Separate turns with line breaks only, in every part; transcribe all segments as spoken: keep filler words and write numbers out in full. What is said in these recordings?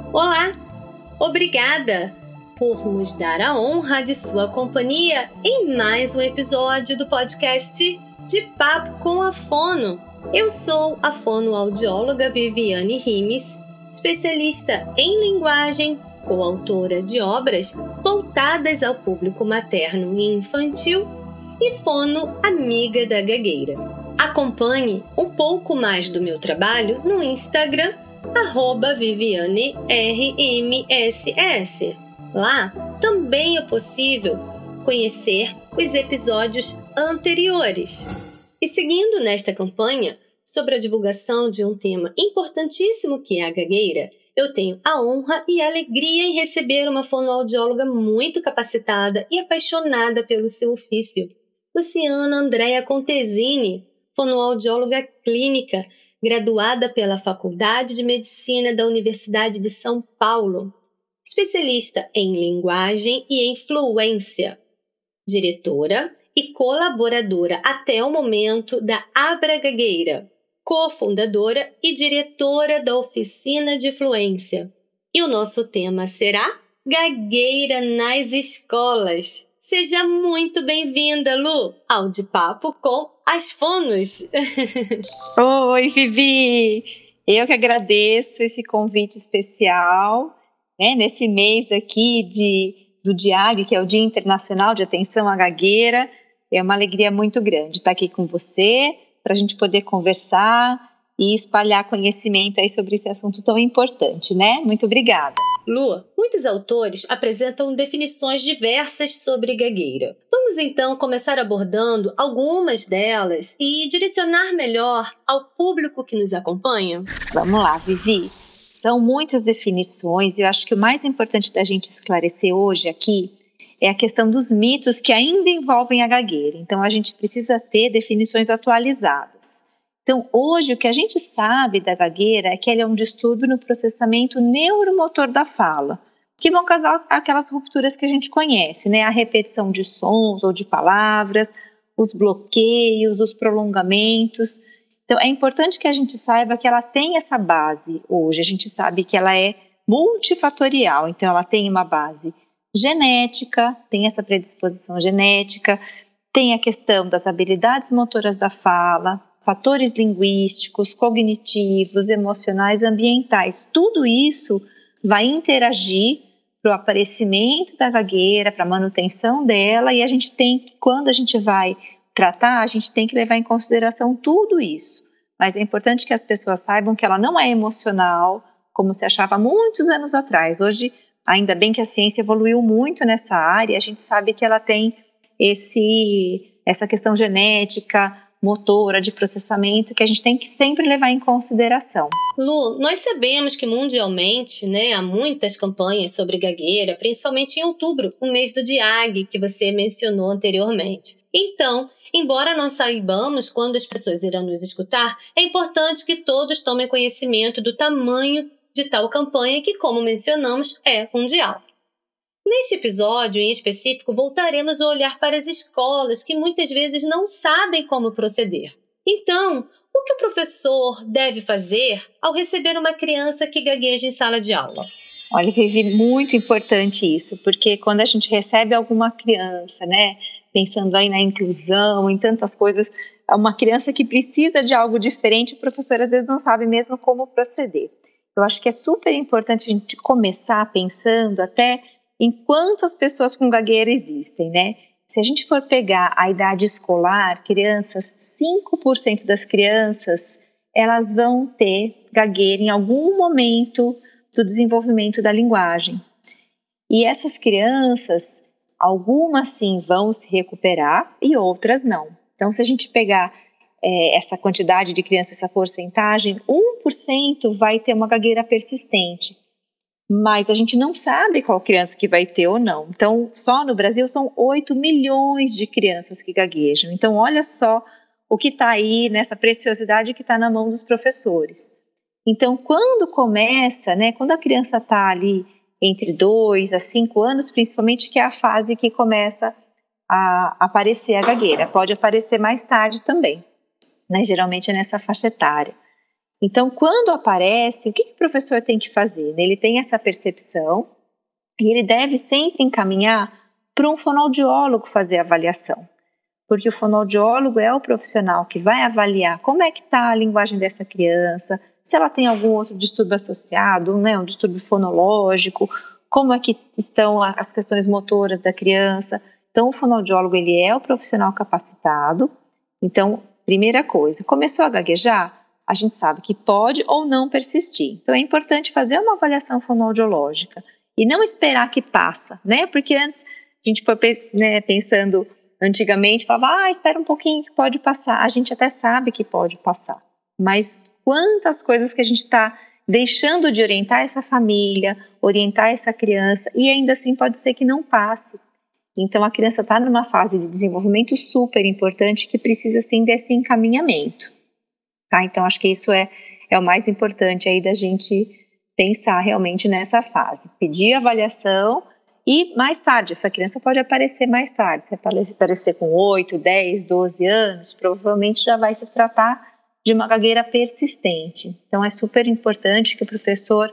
Olá! Obrigada por nos dar a honra de sua companhia em mais um episódio do podcast De Papo com a Fono. Eu sou a fonoaudióloga Viviane Rimes, especialista em linguagem, coautora de obras voltadas ao público materno e infantil e fono amiga da gagueira. Acompanhe um pouco mais do meu trabalho no Instagram, arroba Viviane R M S S. Lá também é possível conhecer os episódios anteriores. E seguindo nesta campanha sobre a divulgação de um tema importantíssimo que é a gagueira, eu tenho a honra e a alegria em receber uma fonoaudióloga muito capacitada e apaixonada pelo seu ofício, Luciana Andréa Contesini, fonoaudióloga clínica, graduada pela Faculdade de Medicina da Universidade de São Paulo, especialista em linguagem e em fluência, diretora e colaboradora até o momento da Abra Gagueira, cofundadora e diretora da Oficina de Fluência. E o nosso tema será Gagueira nas Escolas. Seja muito bem-vinda, Lu, ao De Papo com as Fonos.
Oi, Vivi! Eu que agradeço esse convite especial, né, nesse mês aqui de, do DIAG, que é o Dia Internacional de Atenção à Gagueira. É uma alegria muito grande estar aqui com você, para a gente poder conversar e espalhar conhecimento aí sobre esse assunto tão importante, né? Muito obrigada.
Lu, muitos autores apresentam definições diversas sobre gagueira. Vamos então começar abordando algumas delas e direcionar melhor ao público que nos acompanha?
Vamos lá, Vivi. São muitas definições e eu acho que o mais importante da gente esclarecer hoje aqui é a questão dos mitos que ainda envolvem a gagueira. Então, a gente precisa ter definições atualizadas. Então, hoje, o que a gente sabe da gagueira é que ela é um distúrbio no processamento neuromotor da fala, que vão causar aquelas rupturas que a gente conhece, né? A repetição de sons ou de palavras, os bloqueios, os prolongamentos. Então, é importante que a gente saiba que ela tem essa base hoje. A gente sabe que ela é multifatorial, então ela tem uma base genética, tem essa predisposição genética, tem a questão das habilidades motoras da fala, fatores linguísticos, cognitivos, emocionais, ambientais. Tudo isso vai interagir para o aparecimento da gagueira, para a manutenção dela, e a gente tem, quando a gente vai tratar, a gente tem que levar em consideração tudo isso. Mas é importante que as pessoas saibam que ela não é emocional, como se achava há muitos anos atrás. Hoje, ainda bem que a ciência evoluiu muito nessa área, a gente sabe que ela tem esse, essa questão genética, motora, de processamento, que a gente tem que sempre levar em consideração.
Lu, nós sabemos que mundialmente, né, há muitas campanhas sobre gagueira, principalmente em outubro, o mês do DIAG, que você mencionou anteriormente. Então, embora não saibamos quando as pessoas irão nos escutar, é importante que todos tomem conhecimento do tamanho de tal campanha que, como mencionamos, é mundial. Neste episódio, em específico, voltaremos a olhar para as escolas que muitas vezes não sabem como proceder. Então, o que o professor deve fazer ao receber uma criança que gagueja em sala de aula?
Olha, Vivi, muito importante isso, porque quando a gente recebe alguma criança, né, pensando aí na inclusão, em tantas coisas, uma criança que precisa de algo diferente, o professor às vezes não sabe mesmo como proceder. Eu acho que é super importante a gente começar pensando até em quantas pessoas com gagueira existem, né? Se a gente for pegar a idade escolar, crianças, cinco por cento das crianças, elas vão ter gagueira em algum momento do desenvolvimento da linguagem. E essas crianças, algumas sim vão se recuperar e outras não. Então, se a gente pegar é, essa quantidade de crianças, essa porcentagem, um por cento vai ter uma gagueira persistente. Mas a gente não sabe qual criança que vai ter ou não. Então, só no Brasil são oito milhões de crianças que gaguejam. Então, olha só o que está aí nessa preciosidade que está na mão dos professores. Então, quando começa, né, quando a criança está ali entre dois a cinco anos, principalmente, que é a fase que começa a aparecer a gagueira. Pode aparecer mais tarde também, né, geralmente é nessa faixa etária. Então, quando aparece, o que, que o professor tem que fazer? Ele tem essa percepção e ele deve sempre encaminhar para um fonoaudiólogo fazer a avaliação. Porque o fonoaudiólogo é o profissional que vai avaliar como é que está a linguagem dessa criança, se ela tem algum outro distúrbio associado, né, um distúrbio fonológico, como é que estão as questões motoras da criança. Então, o fonoaudiólogo ele é o profissional capacitado. Então, primeira coisa, começou a gaguejar? A gente sabe que pode ou não persistir. Então, é importante fazer uma avaliação fonoaudiológica e não esperar que passa, né? Porque antes, a gente foi né, pensando antigamente, falava, ah, espera um pouquinho que pode passar. A gente até sabe que pode passar, mas quantas coisas que a gente está deixando de orientar essa família, orientar essa criança, e ainda assim pode ser que não passe. Então, a criança está numa fase de desenvolvimento super importante que precisa, sim, desse encaminhamento. Tá? Então, acho que isso é, é o mais importante aí da gente pensar realmente nessa fase. Pedir avaliação e mais tarde, essa criança pode aparecer mais tarde. Se aparecer com oito, dez, doze anos, provavelmente já vai se tratar de uma gagueira persistente. Então, é super importante que o professor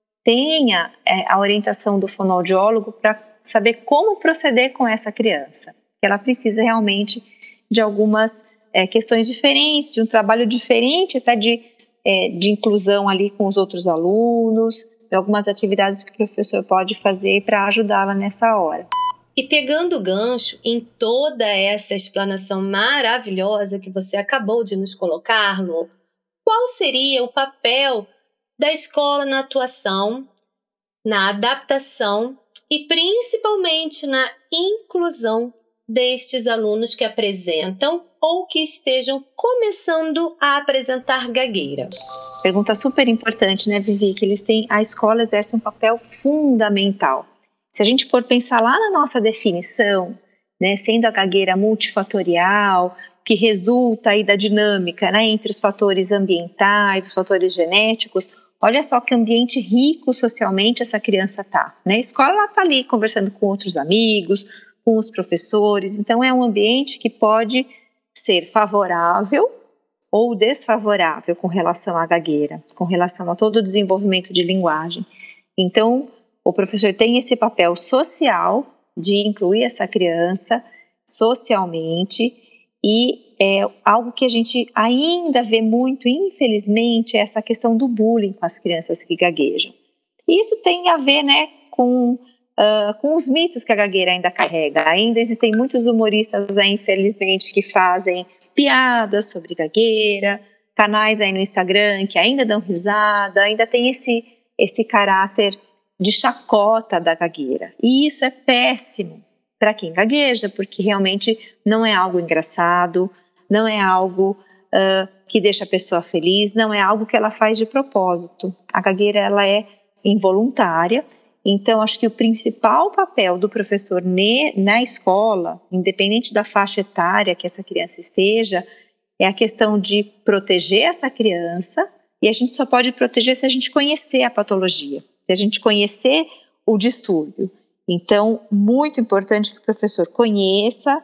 tenha é, a orientação do fonoaudiólogo para saber como proceder com essa criança. Ela precisa realmente de algumas É, questões diferentes, de um trabalho diferente, até de, é, de inclusão ali com os outros alunos, de algumas atividades que o professor pode fazer para ajudá-la nessa hora.
E pegando o gancho em toda essa explanação maravilhosa que você acabou de nos colocar, Lu, qual seria o papel da escola na atuação, na adaptação e principalmente na inclusão destes alunos que apresentam ou que estejam começando a apresentar gagueira?
Pergunta super importante, né, Vivi? Que eles têm, a escola exerce um papel fundamental. Se a gente for pensar lá na nossa definição, né, sendo a gagueira multifatorial, que resulta aí da dinâmica, né, entre os fatores ambientais, os fatores genéticos, olha só que ambiente rico socialmente essa criança tá, né? A escola ela tá ali conversando com outros amigos, com os professores, então é um ambiente que pode ser favorável ou desfavorável com relação à gagueira, com relação a todo o desenvolvimento de linguagem. Então, o professor tem esse papel social de incluir essa criança socialmente e é algo que a gente ainda vê muito, infelizmente, é essa questão do bullying com as crianças que gaguejam. E isso tem a ver, né, com Uh, com os mitos que a gagueira ainda carrega. Ainda existem muitos humoristas, aí, infelizmente, que fazem piadas sobre gagueira, canais aí no Instagram que ainda dão risada, ainda tem esse, esse caráter de chacota da gagueira. E isso é péssimo para quem gagueja, porque realmente não é algo engraçado, não é algo uh, que deixa a pessoa feliz, não é algo que ela faz de propósito. A gagueira ela é involuntária. Então, acho que o principal papel do professor na escola, independente da faixa etária que essa criança esteja, é a questão de proteger essa criança, e a gente só pode proteger se a gente conhecer a patologia, se a gente conhecer o distúrbio. Então, muito importante que o professor conheça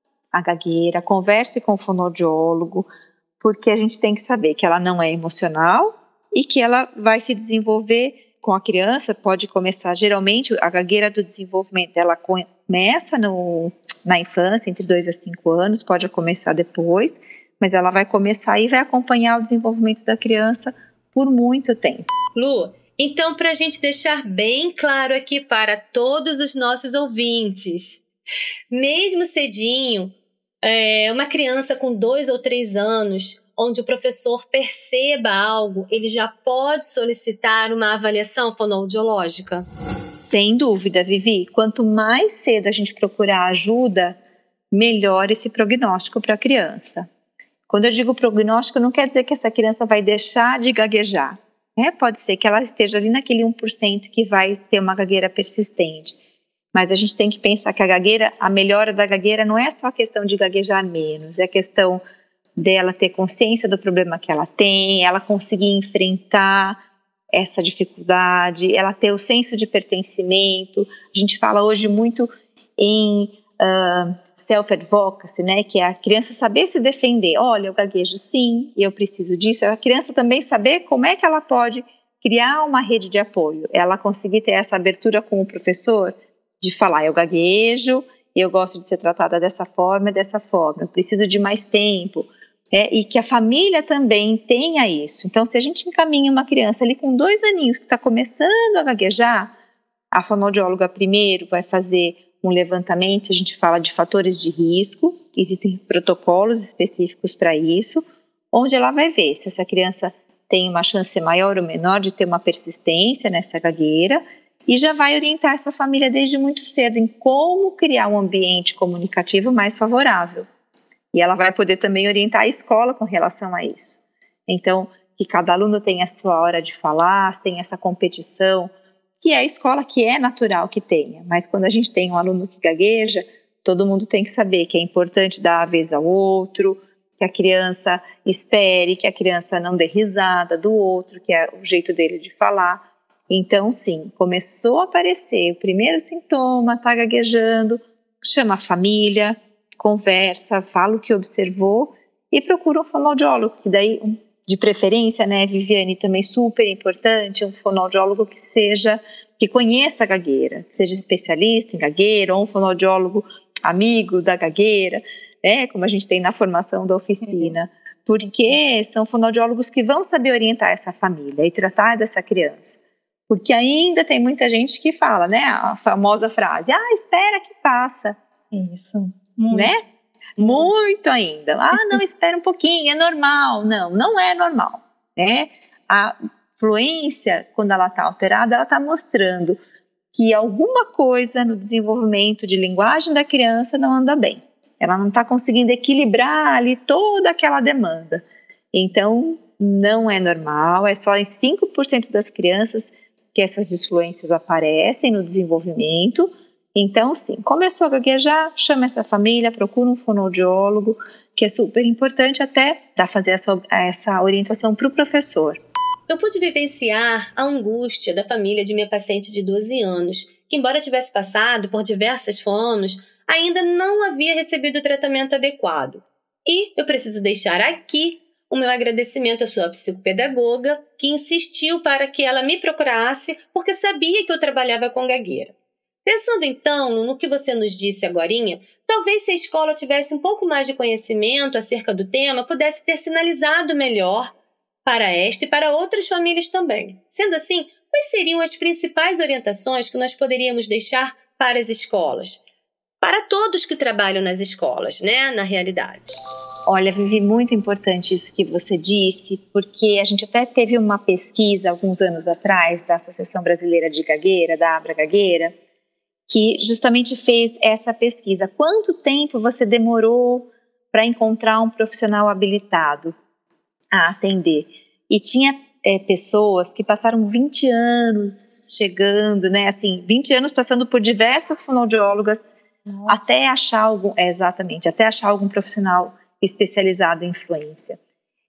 a gagueira, converse com o fonoaudiólogo, porque a gente tem que saber que ela não é emocional e que ela vai se desenvolver com a criança, pode começar, geralmente, a gagueira do desenvolvimento, ela começa no, na infância, entre dois a cinco anos, pode começar depois, mas ela vai começar e vai acompanhar o desenvolvimento da criança por muito tempo.
Lu, então, para a gente deixar bem claro aqui para todos os nossos ouvintes, mesmo cedinho, é, uma criança com dois ou três anos, onde o professor perceba algo, ele já pode solicitar uma avaliação fonoaudiológica?
Sem dúvida, Vivi. Quanto mais cedo a gente procurar ajuda, melhor esse prognóstico para a criança. Quando eu digo prognóstico, não quer dizer que essa criança vai deixar de gaguejar. Né? Pode ser que ela esteja ali naquele um por cento que vai ter uma gagueira persistente. Mas a gente tem que pensar que a gagueira, a melhora da gagueira não é só a questão de gaguejar menos, é a questão dela ter consciência do problema que ela tem, ela conseguir enfrentar essa dificuldade, ela ter o senso de pertencimento. A gente fala hoje muito em uh, self-advocacy, né, que é a criança saber se defender. Olha, eu gaguejo sim, eu preciso disso. A criança também saber como é que ela pode criar uma rede de apoio. Ela conseguir ter essa abertura com o professor de falar, eu gaguejo, eu gosto de ser tratada dessa forma e dessa forma, eu preciso de mais tempo. É, e que a família também tenha isso. Então, se a gente encaminha uma criança ali com dois aninhos que está começando a gaguejar, a fonoaudióloga primeiro vai fazer um levantamento, a gente fala de fatores de risco, existem protocolos específicos para isso, onde ela vai ver se essa criança tem uma chance maior ou menor de ter uma persistência nessa gagueira, e já vai orientar essa família desde muito cedo em como criar um ambiente comunicativo mais favorável. E ela vai poder também orientar a escola com relação a isso. Então, que cada aluno tenha a sua hora de falar, sem essa competição, que é a escola que é natural que tenha. Mas quando a gente tem um aluno que gagueja, todo mundo tem que saber que é importante dar a vez ao outro, que a criança espere, que a criança não dê risada do outro, que é o jeito dele de falar. Então, sim, começou a aparecer o primeiro sintoma, está gaguejando, chama a família, conversa, fala o que observou e procura um fonoaudiólogo, que daí, de preferência, né, Viviane, também super importante, um fonoaudiólogo que seja, que conheça a gagueira, que seja especialista em gagueira, ou um fonoaudiólogo amigo da gagueira, né, como a gente tem na formação da oficina, porque são fonoaudiólogos que vão saber orientar essa família e tratar dessa criança. Porque ainda tem muita gente que fala, né, a famosa frase, ah, espera que passa.
Isso. Muito.
Né? Muito ainda. Ah, não, espera um pouquinho, é normal. Não, não é normal. Né? A fluência, quando ela está alterada, ela está mostrando que alguma coisa no desenvolvimento de linguagem da criança não anda bem. Ela não está conseguindo equilibrar ali toda aquela demanda. Então, não é normal, é só em cinco por cento das crianças que essas disfluências aparecem no desenvolvimento. Então, sim, começou a gaguejar, chama essa família, procura um fonoaudiólogo, que é super importante até para fazer essa, essa orientação para o professor.
Eu pude vivenciar a angústia da família de minha paciente de doze anos, que embora tivesse passado por diversas fonos, ainda não havia recebido o tratamento adequado. E eu preciso deixar aqui o meu agradecimento à sua psicopedagoga, que insistiu para que ela me procurasse, porque sabia que eu trabalhava com gagueira. Pensando então no que você nos disse agorinha, talvez se a escola tivesse um pouco mais de conhecimento acerca do tema, pudesse ter sinalizado melhor para esta e para outras famílias também. Sendo assim, quais seriam as principais orientações que nós poderíamos deixar para as escolas? Para todos que trabalham nas escolas, né, na realidade.
Olha, Vivi, muito importante isso que você disse, porque a gente até teve uma pesquisa alguns anos atrás da Associação Brasileira de Gagueira, da Abra Gagueira, que justamente fez essa pesquisa. Quanto tempo você demorou para encontrar um profissional habilitado a atender? E tinha é, pessoas que passaram vinte anos chegando, né, assim, vinte anos passando por diversas fonoaudiólogas. Nossa. até achar algum, é, exatamente, até achar algum profissional especializado em fluência.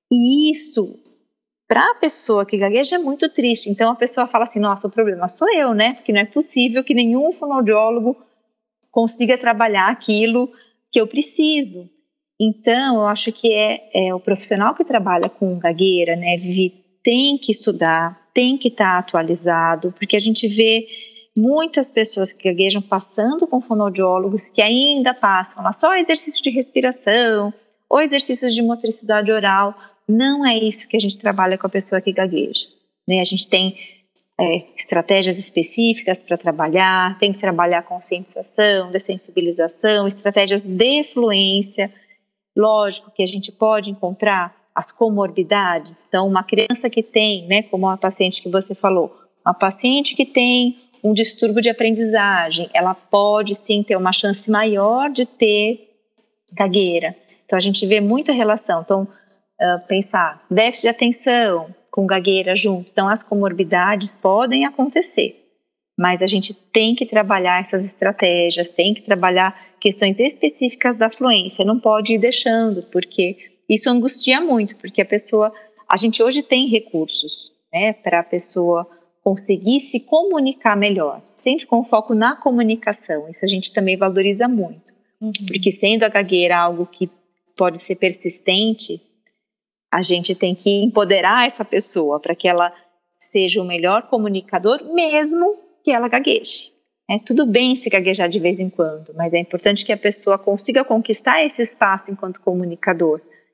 E isso, para a pessoa que gagueja, é muito triste. Então a pessoa fala assim, nossa, o problema sou eu, né? Porque não é possível que nenhum fonoaudiólogo consiga trabalhar aquilo que eu preciso. Então eu acho que é, é o profissional que trabalha com gagueira, né, Vivi, tem que estudar, tem que estar atualizado, porque a gente vê muitas pessoas que gaguejam passando com fonoaudiólogos que ainda passam lá só exercício de respiração ou exercícios de motricidade oral. Não é isso que a gente trabalha com a pessoa que gagueja, né? A gente tem é, estratégias específicas para trabalhar, tem que trabalhar conscientização, dessensibilização, estratégias de fluência. Lógico que a gente pode encontrar as comorbidades. Então, uma criança que tem, né, como a paciente que você falou, uma paciente que tem um distúrbio de aprendizagem, ela pode sim ter uma chance maior de ter gagueira. Então a gente vê muita relação. Então, uh, pensar déficit de atenção com gagueira junto. Então as comorbidades podem acontecer, mas a gente tem que trabalhar essas estratégias, tem que trabalhar questões específicas da fluência, não pode ir deixando, porque isso angustia muito, porque a pessoa, a gente hoje tem recursos, né, para a pessoa conseguir se comunicar melhor, sempre com foco na comunicação, isso a gente também valoriza muito. Uhum. Porque sendo a gagueira algo que pode ser persistente, a gente tem que empoderar essa pessoa para que ela seja o melhor comunicador, mesmo que ela gagueje. É tudo bem se gaguejar de vez em quando, mas é importante que a pessoa consiga conquistar esse espaço enquanto comunicador.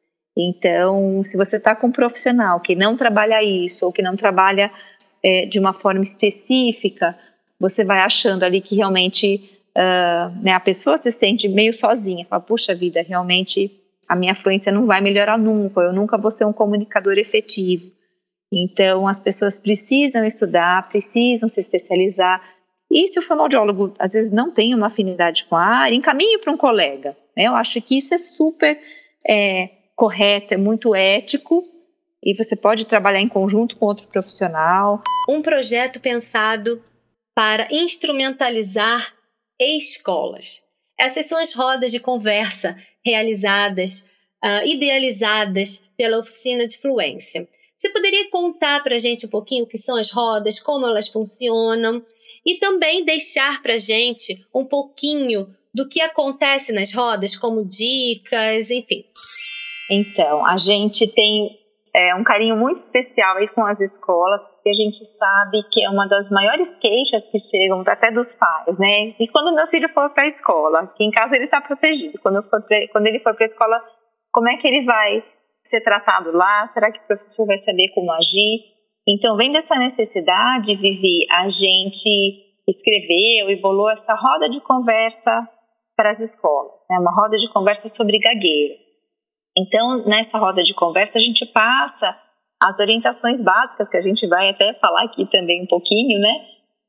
Então, se você está com um profissional que não trabalha isso, ou que não trabalha é, de uma forma específica, você vai achando ali que realmente uh, né, a pessoa se sente meio sozinha, fala, puxa vida, realmente a minha fluência não vai melhorar nunca, eu nunca vou ser um comunicador efetivo. Então, as pessoas precisam estudar, precisam se especializar. E se o fonoaudiólogo, às vezes, não tem uma afinidade com a área, encaminhe para um colega. Né? Eu acho que isso é super é, correto, é muito ético, e você pode trabalhar em conjunto com outro profissional.
Um projeto pensado para instrumentalizar escolas. Essas são as rodas de conversa realizadas, uh, idealizadas pela Oficina de Fluência. Você poderia contar para a gente um pouquinho o que são as rodas, como elas funcionam e também deixar para a gente um pouquinho do que acontece nas rodas, como dicas, enfim.
Então, a gente tem é, um carinho muito especial aí com as escolas, porque a gente sabe que é uma das maiores queixas que chegam até dos pais, né? E quando meu filho for para a escola, aqui em casa ele está protegido, quando, for pra, quando ele for para a escola, como é que ele vai ser tratado lá? Será que o professor vai saber como agir? Então, vem dessa necessidade, Vivi, a gente escreveu e bolou essa roda de conversa para as escolas, né? Uma roda de conversa sobre gagueira. Então, nessa roda de conversa, a gente passa as orientações básicas, que a gente vai até falar aqui também um pouquinho, né?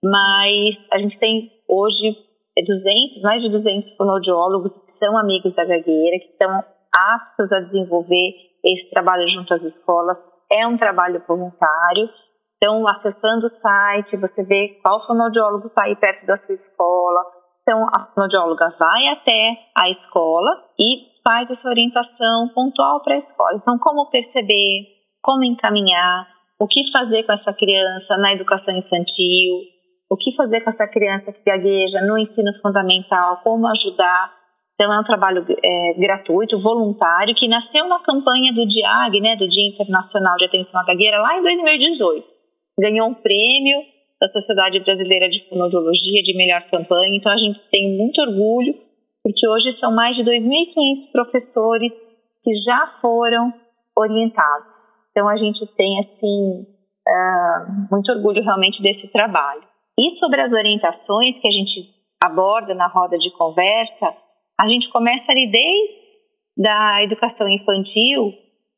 Mas a gente tem hoje duzentos, mais de duzentos fonoaudiólogos que são amigos da gagueira, que estão aptos a desenvolver esse trabalho junto às escolas. É um trabalho voluntário. Então, acessando o site, você vê qual fonoaudiólogo está aí perto da sua escola. Então, a fonoaudióloga vai até a escola e faz essa orientação pontual para a escola. Então, como perceber, como encaminhar, o que fazer com essa criança na educação infantil, o que fazer com essa criança que gagueja no ensino fundamental, como ajudar. Então, é um trabalho é, gratuito, voluntário, que nasceu na campanha do D I A G, né, do Dia Internacional de Atenção à Gagueira, lá em dois mil e dezoito. Ganhou um prêmio da Sociedade Brasileira de Fonoaudiologia de melhor campanha. Então, a gente tem muito orgulho, porque hoje são mais de dois mil e quinhentos professores que já foram orientados. Então, a gente tem, assim, uh, muito orgulho realmente desse trabalho. E sobre as orientações que a gente aborda na roda de conversa, a gente começa ali desde a educação infantil,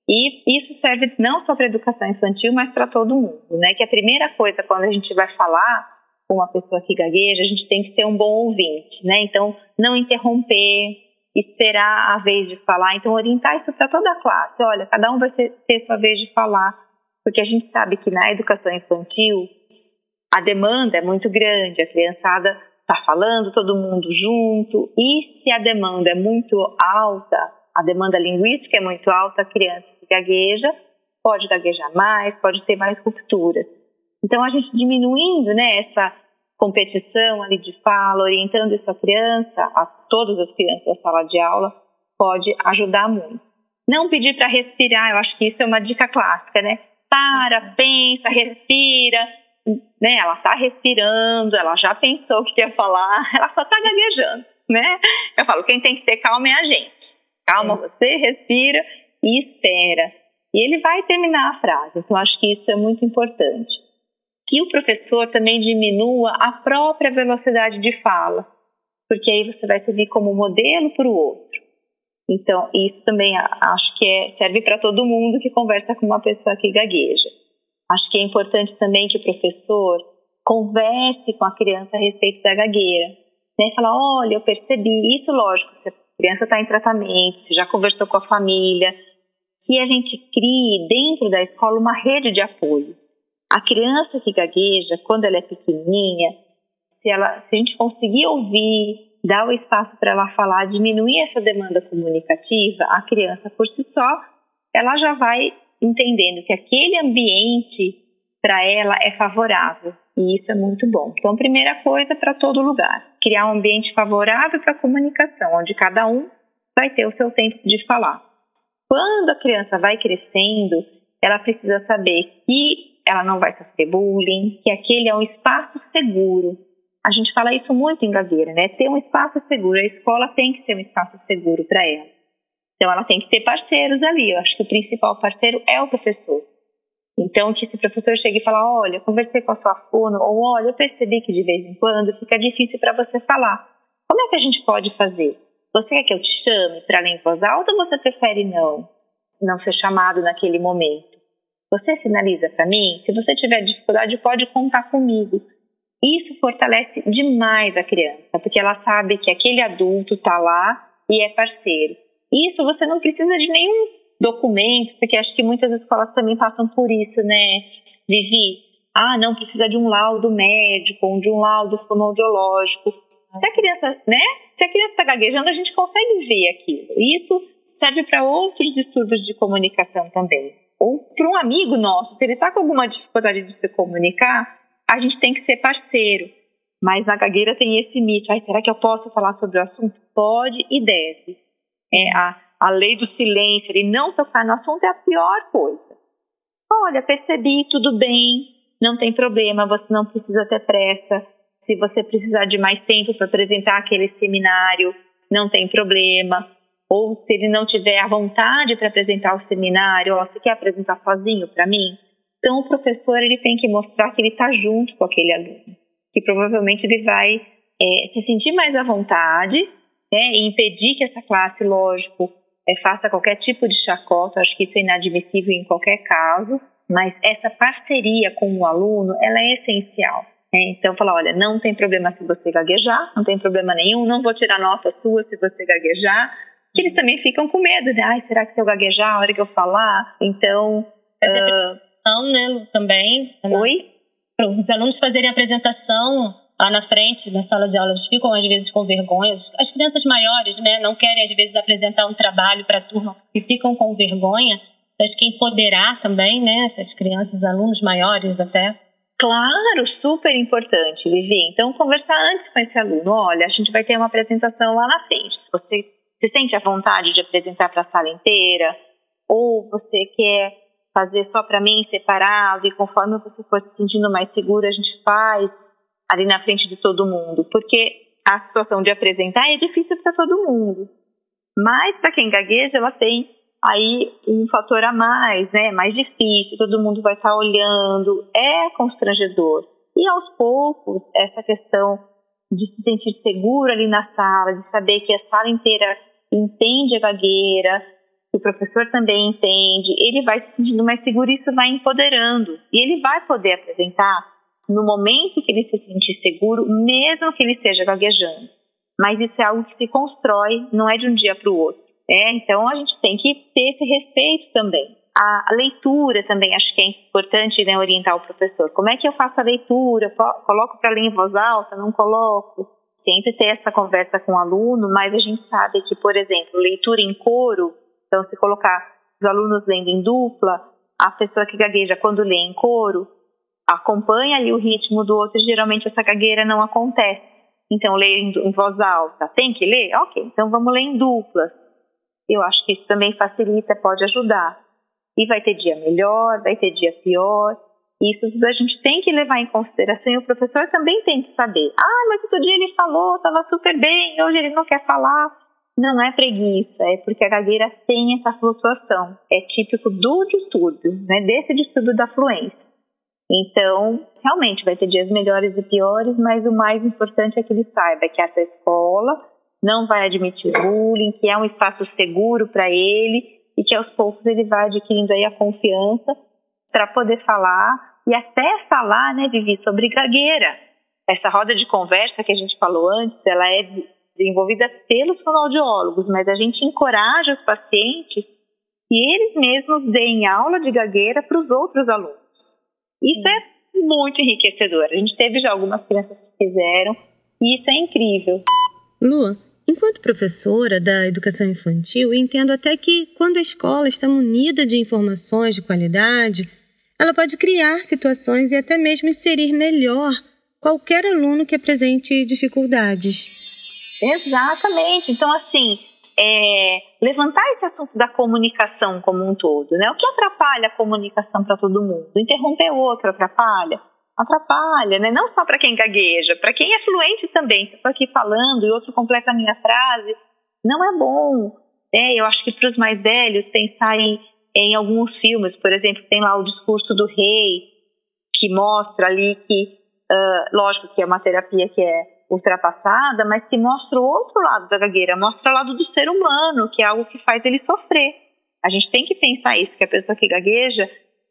e isso serve não só para a educação infantil, mas para todo mundo, né? Que a primeira coisa, quando a gente vai falar com uma pessoa que gagueja, a gente tem que ser um bom ouvinte, né? Então, não interromper, esperar a vez de falar. Então, orientar isso para toda a classe. Olha, cada um vai ter sua vez de falar, porque a gente sabe que na educação infantil a demanda é muito grande, a criançada está falando, todo mundo junto, e se a demanda é muito alta, a demanda linguística é muito alta, a criança que gagueja pode gaguejar mais, pode ter mais rupturas. Então, a gente diminuindo, né, essa competição ali de fala, orientando isso à criança, a todas as crianças da sala de aula, pode ajudar muito. Não pedir para respirar, eu acho que isso é uma dica clássica, né? Para, pensa, respira, né? Ela está respirando, ela já pensou o que ia falar, ela só está gaguejando, né? Eu falo, quem tem que ter calma é a gente. Calma, é. Você respira e espera. E ele vai terminar a frase. Então, acho que isso é muito importante. Que o professor também diminua a própria velocidade de fala, porque aí você vai servir como modelo para o outro. Então, isso também acho que é, serve para todo mundo que conversa com uma pessoa que gagueja. Acho que é importante também que o professor converse com a criança a respeito da gagueira. Né? Falar, olha, eu percebi, isso lógico, se a criança está em tratamento, se já conversou com a família, que a gente crie dentro da escola uma rede de apoio. A criança que gagueja, quando ela é pequenininha, se, ela, se a gente conseguir ouvir, dar o espaço para ela falar, diminuir essa demanda comunicativa, a criança por si só, ela já vai entendendo que aquele ambiente para ela é favorável. E isso é muito bom. Então, primeira coisa para todo lugar, criar um ambiente favorável para a comunicação, onde cada um vai ter o seu tempo de falar. Quando a criança vai crescendo, ela precisa saber que ela não vai sofrer bullying, que aquele é um espaço seguro. A gente fala isso muito em Gagueira, né? Ter um espaço seguro. A escola tem que ser um espaço seguro para ela. Então, ela tem que ter parceiros ali. Eu acho que o principal parceiro é o professor. Então, que se o professor chega e fala, olha, eu conversei com a sua fono, ou olha, eu percebi que de vez em quando fica difícil para você falar. Como é que a gente pode fazer? Você quer que eu te chame para ler em voz alta ou você prefere não, não ser chamado naquele momento? Você sinaliza para mim? Se você tiver dificuldade, pode contar comigo. Isso fortalece demais a criança, porque ela sabe que aquele adulto está lá e é parceiro. Isso você não precisa de nenhum documento, porque acho que muitas escolas também passam por isso, né, Vivi? Ah, não precisa de um laudo médico ou de um laudo fonoaudiológico. Se a criança, né? Se a criança está gaguejando, a gente consegue ver aquilo. Isso serve para outros distúrbios de comunicação também. Ou para um amigo nosso, se ele está com alguma dificuldade de se comunicar, a gente tem que ser parceiro. Mas na gagueira tem esse mito. Ai, será que eu posso falar sobre o assunto? Pode e deve. É a A lei do silêncio, ele não tocar no assunto é a pior coisa. Olha, percebi, tudo bem, não tem problema, você não precisa ter pressa. Se você precisar de mais tempo para apresentar aquele seminário, não tem problema. Ou se ele não tiver a vontade para apresentar o seminário, ó, você quer apresentar sozinho para mim? Então o professor ele tem que mostrar que ele está junto com aquele aluno, que provavelmente ele vai é, se sentir mais à vontade, né, e impedir que essa classe, lógico, É, faça qualquer tipo de chacota. Acho que isso é inadmissível em qualquer caso, mas essa parceria com o aluno, ela é essencial, né? Então, falar, olha, não tem problema se você gaguejar, não tem problema nenhum, não vou tirar nota sua se você gaguejar, que eles também ficam com medo, né? Ai, será que se eu gaguejar a hora que eu falar? Então...
Apresentação, uh... né, Lu, também.
Oi?
Para os alunos fazerem a apresentação lá na frente, na sala de aula, eles ficam às vezes com vergonha. As crianças maiores, né, não querem às vezes apresentar um trabalho para a turma e ficam com vergonha. Acho que empoderar também, né, essas crianças, alunos maiores até.
Claro, super importante, Vivi. Então, conversar antes com esse aluno. Olha, a gente vai ter uma apresentação lá na frente. Você se sente à vontade de apresentar para a sala inteira? Ou você quer fazer só para mim, separado, e conforme você for se sentindo mais seguro, a gente faz ali na frente de todo mundo, porque a situação de apresentar é difícil para todo mundo, mas para quem gagueja, ela tem aí um fator a mais, né, mais difícil, todo mundo vai estar olhando, é constrangedor, e aos poucos, essa questão de se sentir seguro ali na sala, de saber que a sala inteira entende a gagueira, que o professor também entende, ele vai se sentindo mais seguro, e isso vai empoderando, e ele vai poder apresentar no momento que ele se sentir seguro, mesmo que ele esteja gaguejando. Mas isso é algo que se constrói, não é de um dia para o outro. É, então a gente tem que ter esse respeito também. A leitura também, acho que é importante, né, orientar o professor. Como é que eu faço a leitura? Coloco para ler em voz alta? Não coloco? Sempre ter essa conversa com o aluno, mas a gente sabe que, por exemplo, leitura em coro, então se colocar os alunos lendo em dupla, a pessoa que gagueja quando lê em coro, acompanha ali o ritmo do outro, e geralmente essa gagueira não acontece. Então, ler em voz alta, tem que ler? Ok, então vamos ler em duplas. Eu acho que isso também facilita, pode ajudar. E vai ter dia melhor, vai ter dia pior. Isso tudo a gente tem que levar em consideração, e o professor também tem que saber. Ah, mas outro dia ele falou, estava super bem, hoje ele não quer falar. Não é preguiça, é porque a gagueira tem essa flutuação. É típico do distúrbio, né, desse distúrbio da fluência. Então, realmente vai ter dias melhores e piores, mas o mais importante é que ele saiba que essa escola não vai admitir bullying, que é um espaço seguro para ele, e que aos poucos ele vai adquirindo aí a confiança para poder falar, e até falar, né, Vivi, sobre gagueira. Essa roda de conversa que a gente falou antes, ela é desenvolvida pelos fonoaudiólogos, mas a gente encoraja os pacientes que eles mesmos deem aula de gagueira para os outros alunos. Isso é muito enriquecedor. A gente teve já algumas crianças que fizeram, e isso é incrível.
Lu, enquanto professora da educação infantil, entendo até que quando a escola está munida de informações de qualidade, ela pode criar situações e até mesmo inserir melhor qualquer aluno que apresente dificuldades.
Exatamente. Então, assim, é, levantar esse assunto da comunicação como um todo, né? O que atrapalha a comunicação para todo mundo? Interromper o outro atrapalha? Atrapalha, né? Não só para quem gagueja, para quem é fluente também. Se eu estou aqui falando e outro completa a minha frase, não é bom. É, eu acho que para os mais velhos, pensar em, em alguns filmes, por exemplo, tem lá o Discurso do Rei, que mostra ali que, uh, lógico que é uma terapia que é ultrapassada, mas que mostra o outro lado da gagueira, mostra o lado do ser humano, que é algo que faz ele sofrer. A gente tem que pensar isso, que a pessoa que gagueja,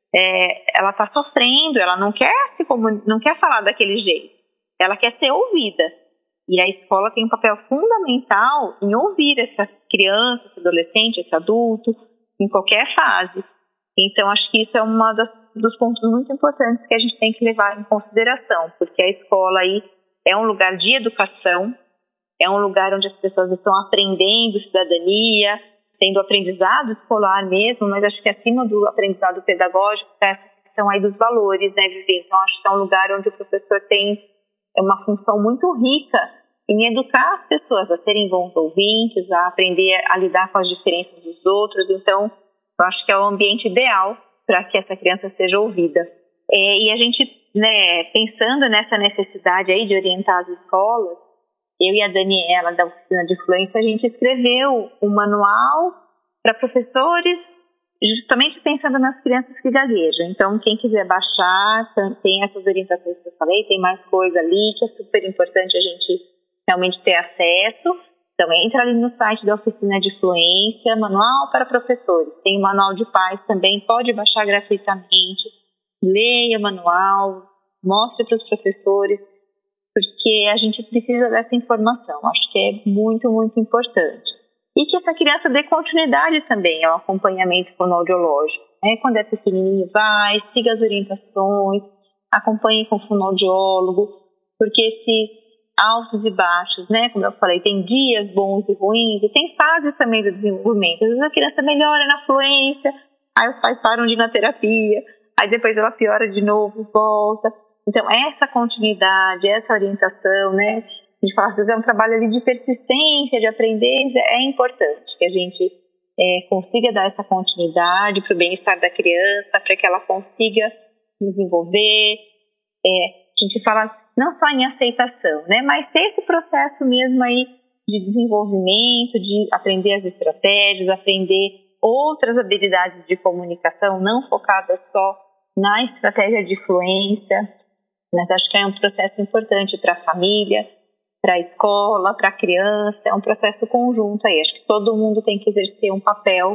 é, ela está sofrendo, ela não quer, se comun... não quer falar daquele jeito, ela quer ser ouvida. E a escola tem um papel fundamental em ouvir essa criança, esse adolescente, esse adulto, em qualquer fase. Então, acho que isso é um dos pontos muito importantes que a gente tem que levar em consideração, porque a escola aí é um lugar de educação, é um lugar onde as pessoas estão aprendendo cidadania, tendo aprendizado escolar mesmo, mas acho que acima do aprendizado pedagógico está essa questão aí dos valores, né, Vivi? Então, acho que é um lugar onde o professor tem uma função muito rica em educar as pessoas a serem bons ouvintes, a aprender a lidar com as diferenças dos outros. Então, eu acho que é o ambiente ideal para que essa criança seja ouvida. É, e a gente, né, pensando nessa necessidade aí de orientar as escolas, eu e a Daniela, da Oficina de Fluência, a gente escreveu um manual para professores, justamente pensando nas crianças que gaguejam. Então, quem quiser baixar, tem essas orientações que eu falei, tem mais coisa ali, que é super importante a gente realmente ter acesso. Então, entra ali no site da Oficina de Fluência, manual para professores. Tem o manual de pais também, pode baixar gratuitamente. Leia o manual, mostre para os professores, porque a gente precisa dessa informação. Acho que é muito, muito importante. E que essa criança dê continuidade também ao acompanhamento fonoaudiológico. Né? Quando é pequenininho, vai, siga as orientações, acompanhe com o fonoaudiólogo, porque esses altos e baixos, né? Como eu falei, tem dias bons e ruins, e tem fases também do desenvolvimento. Às vezes a criança melhora na fluência, aí os pais param de ir na terapia, aí depois ela piora de novo, volta. Então, essa continuidade, essa orientação, né? A gente fala, às vezes é um trabalho ali de persistência, de aprender, é importante que a gente é, consiga dar essa continuidade para o bem-estar da criança, para que ela consiga desenvolver. É, a gente fala não só em aceitação, né? Mas ter esse processo mesmo aí de desenvolvimento, de aprender as estratégias, aprender outras habilidades de comunicação, não focadas só na estratégia de fluência, mas acho que é um processo importante para a família, para a escola, para a criança, é um processo conjunto aí. Acho que todo mundo tem que exercer um papel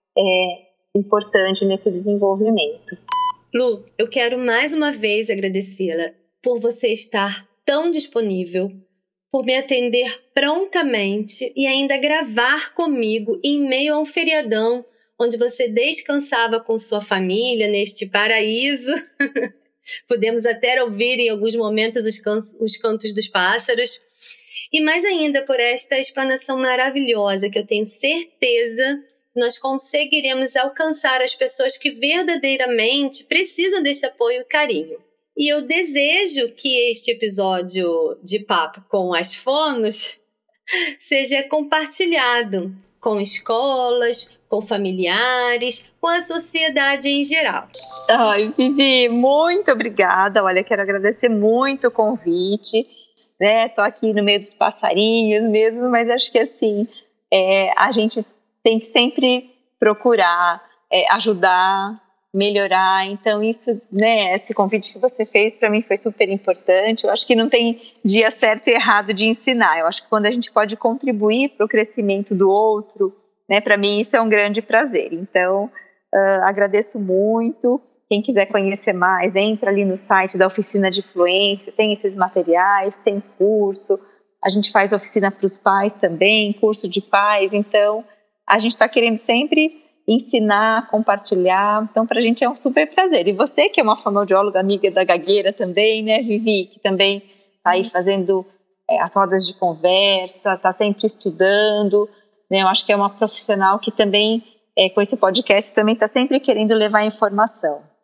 é, importante nesse desenvolvimento.
Lu, eu quero mais uma vez agradecê-la por você estar tão disponível, por me atender prontamente e ainda gravar comigo em meio a um feriadão onde você descansava com sua família neste paraíso. Podemos até ouvir em alguns momentos os, can- os cantos dos pássaros. E mais ainda por esta explanação maravilhosa que eu tenho certeza que nós conseguiremos alcançar as pessoas que verdadeiramente precisam desse apoio e carinho. E eu desejo que este episódio de Papo com as Fonos seja compartilhado com escolas, com familiares, com a sociedade em geral.
Ai, Vivi, muito obrigada. Olha, quero agradecer muito o convite, né? Tô aqui no meio dos passarinhos mesmo, mas acho que assim, é, a gente tem que sempre procurar é, ajudar, melhorar. Então isso, né? Esse convite que você fez para mim foi super importante. Eu acho que não tem dia certo e errado de ensinar. Eu acho que quando a gente pode contribuir para o crescimento do outro, né? Para mim isso é um grande prazer. Então uh, agradeço muito. Quem quiser conhecer mais, entra ali no site da Oficina de Fluência, tem esses materiais, tem curso, a gente faz oficina para os pais também, curso de pais, então a gente está querendo sempre ensinar, compartilhar, então para a gente é um super prazer. E você que é uma fonoaudióloga, amiga da gagueira também, né, Vivi, que também está aí fazendo é, as rodas de conversa, está sempre estudando, né, eu acho que é uma profissional que também, é, com esse podcast, também está sempre querendo levar informação.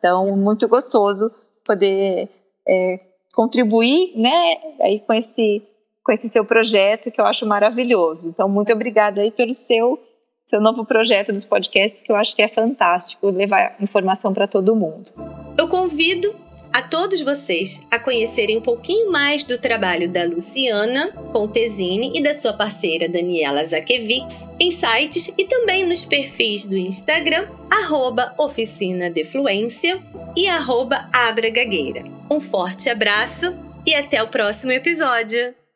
Então, muito gostoso poder é, contribuir, né, aí com esse, com esse seu projeto, que eu acho maravilhoso. Então, muito obrigada aí pelo seu, seu novo projeto dos podcasts, que eu acho que é fantástico, levar informação para todo mundo.
Eu convido a todos vocês a conhecerem um pouquinho mais do trabalho da Luciana Contesini e da sua parceira Daniela Zakevics em sites e também nos perfis do Instagram, arroba Oficina de Fluência e arroba Abra Gagueira. Um forte abraço e até o próximo episódio!